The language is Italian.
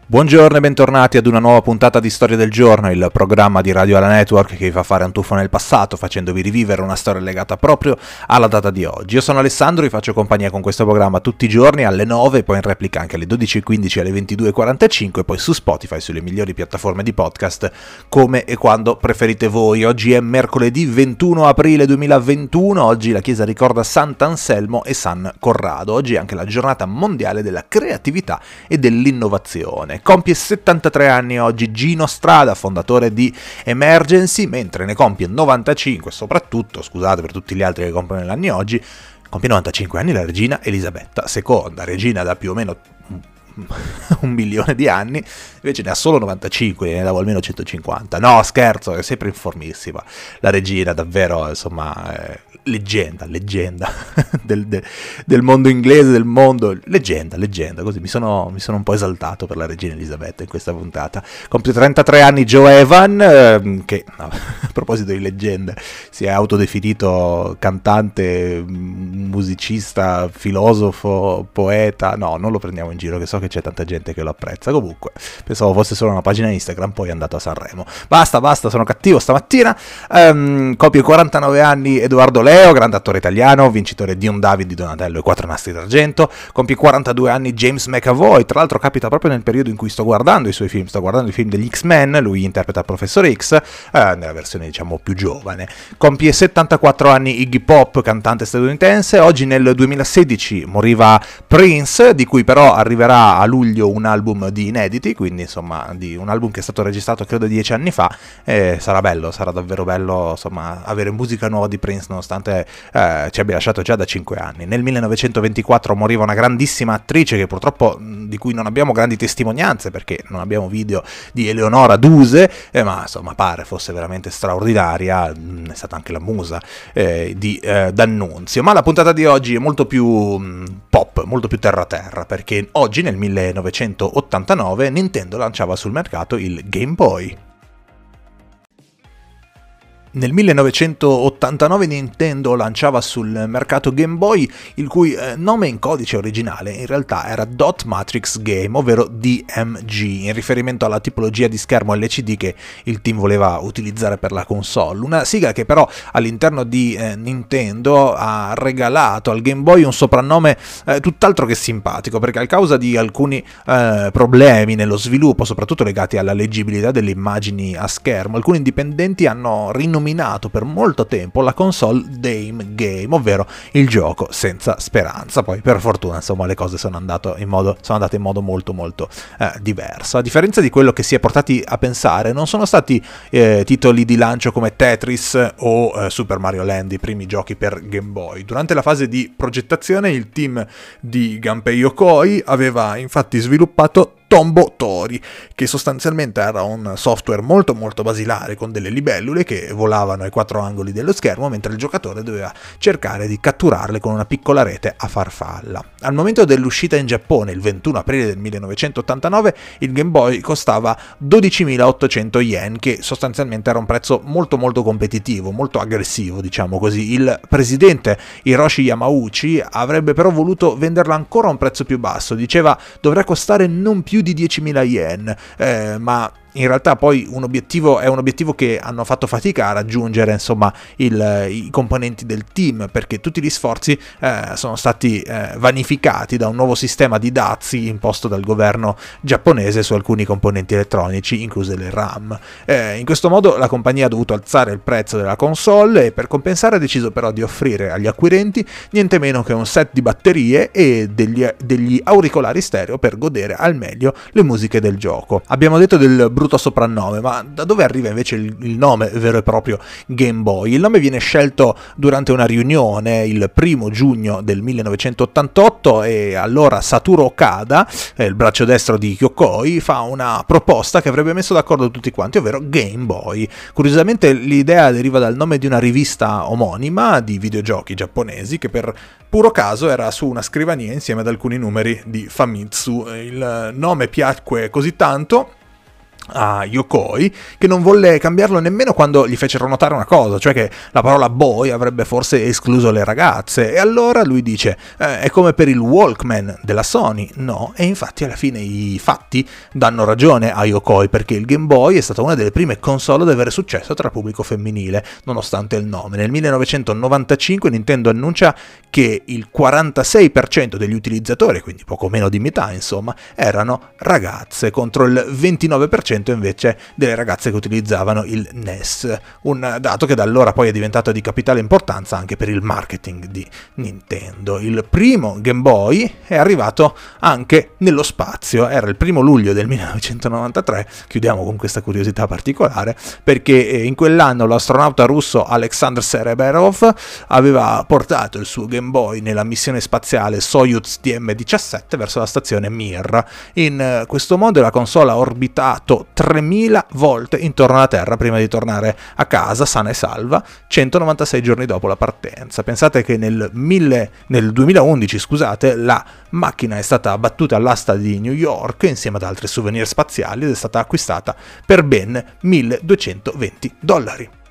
Buongiorno e bentornati ad una nuova puntata di Storia del Giorno, il programma di Radio Ala Network che vi fa fare un tuffo nel passato facendovi rivivere una storia legata proprio alla data di oggi. Io sono Alessandro, vi faccio compagnia con questo programma tutti i giorni alle 9, poi in replica anche alle 12.15 e alle 22.45 e poi su Spotify, sulle migliori piattaforme di podcast, come e quando preferite voi. Oggi è mercoledì 21 aprile 2021, oggi la chiesa ricorda Sant'Anselmo e San Corrado, oggi è anche la giornata mondiale della creatività e dell'innovazione. Compie 73 anni oggi Gino Strada, fondatore di Emergency, mentre ne compie 95, soprattutto, scusate per tutti gli altri che compiono negli anni oggi, compie 95 anni la regina Elisabetta II, regina da più o meno un milione di anni, invece ne ha solo 95, ne davo almeno 150. No, scherzo, è sempre informissima la regina, davvero, insomma, leggenda del mondo inglese, del mondo, leggenda, così mi sono un po' esaltato per la regina Elisabetta in questa puntata. Compie 33 anni Joe Evan, che no, a proposito di leggende si è autodefinito cantante, musicista, filosofo, poeta. No, non lo prendiamo in giro, che so che c'è tanta gente che lo apprezza. Comunque pensavo fosse solo una pagina Instagram, poi è andato a Sanremo. Basta, sono cattivo stamattina. Compie 49 anni Edoardo Leo, grande attore italiano, vincitore di un David di Donatello e 4 nastri d'argento. Compie 42 anni James McAvoy, tra l'altro capita proprio nel periodo in cui sto guardando i suoi film, sto guardando i film degli X-Men, lui interpreta il Professor X, nella versione diciamo più giovane. Compie 74 anni Iggy Pop, cantante statunitense. Oggi nel 2016 moriva Prince, di cui però arriverà a luglio un album di inediti, quindi insomma di un album che è stato registrato credo 10 anni fa, e sarà davvero bello insomma avere musica nuova di Prince nonostante ci abbia lasciato già da 5 anni. Nel 1924 moriva una grandissima attrice che purtroppo di cui non abbiamo grandi testimonianze perché non abbiamo video di Eleonora Duse, ma insomma pare fosse veramente straordinaria, è stata anche la musa di D'Annunzio. Ma la puntata di oggi è molto più pop, molto più terra perché oggi nel 1989 Nintendo lanciava sul mercato il Game Boy. Nel 1989 Nintendo lanciava sul mercato Game Boy, il cui nome in codice originale in realtà era Dot Matrix Game, ovvero DMG, in riferimento alla tipologia di schermo LCD che il team voleva utilizzare per la console. Una sigla che però all'interno di Nintendo ha regalato al Game Boy un soprannome tutt'altro che simpatico, perché a causa di alcuni problemi nello sviluppo, soprattutto legati alla leggibilità delle immagini a schermo, alcuni dipendenti hanno rinominato per molto tempo la console Dame Game, ovvero il gioco senza speranza. Poi per fortuna insomma le cose sono andate in modo molto diverso. A differenza di quello che si è portati a pensare, non sono stati titoli di lancio come Tetris o Super Mario Land i primi giochi per Game Boy. Durante la fase di progettazione il team di Gunpei Yokoi aveva infatti sviluppato Tombo Tori, che sostanzialmente era un software molto basilare con delle libellule che volavano ai 4 angoli dello schermo mentre il giocatore doveva cercare di catturarle con una piccola rete a farfalla. Al momento dell'uscita in Giappone, il 21 aprile del 1989, il Game Boy costava 12.800 yen, che sostanzialmente era un prezzo molto competitivo, molto aggressivo, diciamo così. Il presidente Hiroshi Yamauchi avrebbe però voluto venderla ancora a un prezzo più basso, diceva dovrà costare non più di 10.000 yen, ma in realtà poi è un obiettivo che hanno fatto fatica a raggiungere insomma i componenti del team, perché tutti gli sforzi sono stati vanificati da un nuovo sistema di dazi imposto dal governo giapponese su alcuni componenti elettronici, incluse le RAM. In questo modo la compagnia ha dovuto alzare il prezzo della console e per compensare ha deciso però di offrire agli acquirenti niente meno che un set di batterie e degli auricolari stereo per godere al meglio le musiche del gioco. Abbiamo detto del brutto soprannome, ma da dove arriva invece il nome vero e proprio Game Boy? Il nome viene scelto durante una riunione il 1 giugno del 1988 e allora Satoru Okada, il braccio destro di Yokoi, fa una proposta che avrebbe messo d'accordo tutti quanti, ovvero Game Boy. Curiosamente l'idea deriva dal nome di una rivista omonima di videogiochi giapponesi che per puro caso era su una scrivania insieme ad alcuni numeri di Famitsu. Il nome piacque così tanto a Yokoi, che non volle cambiarlo nemmeno quando gli fecero notare una cosa, cioè che la parola boy avrebbe forse escluso le ragazze, e allora lui dice è come per il Walkman della Sony. No, e infatti alla fine i fatti danno ragione a Yokoi, perché il Game Boy è stata una delle prime console ad avere successo tra il pubblico femminile, nonostante il nome. Nel 1995 Nintendo annuncia che il 46% degli utilizzatori, quindi poco meno di metà insomma, erano ragazze, contro il 29% invece delle ragazze che utilizzavano il NES, un dato che da allora poi è diventato di capitale importanza anche per il marketing di Nintendo. Il primo Game Boy è arrivato anche nello spazio, era il 1 luglio del 1993, chiudiamo con questa curiosità particolare, perché in quell'anno l'astronauta russo Alexander Sereberov aveva portato il suo Game Boy nella missione spaziale Soyuz TM-17 verso la stazione Mir. In questo modo la console ha orbitato 3000 volte intorno alla Terra prima di tornare a casa sana e salva 196 giorni dopo la partenza. Pensate che nel 2011, la macchina è stata abbattuta all'asta di New York insieme ad altri souvenir spaziali ed è stata acquistata per ben $1.220.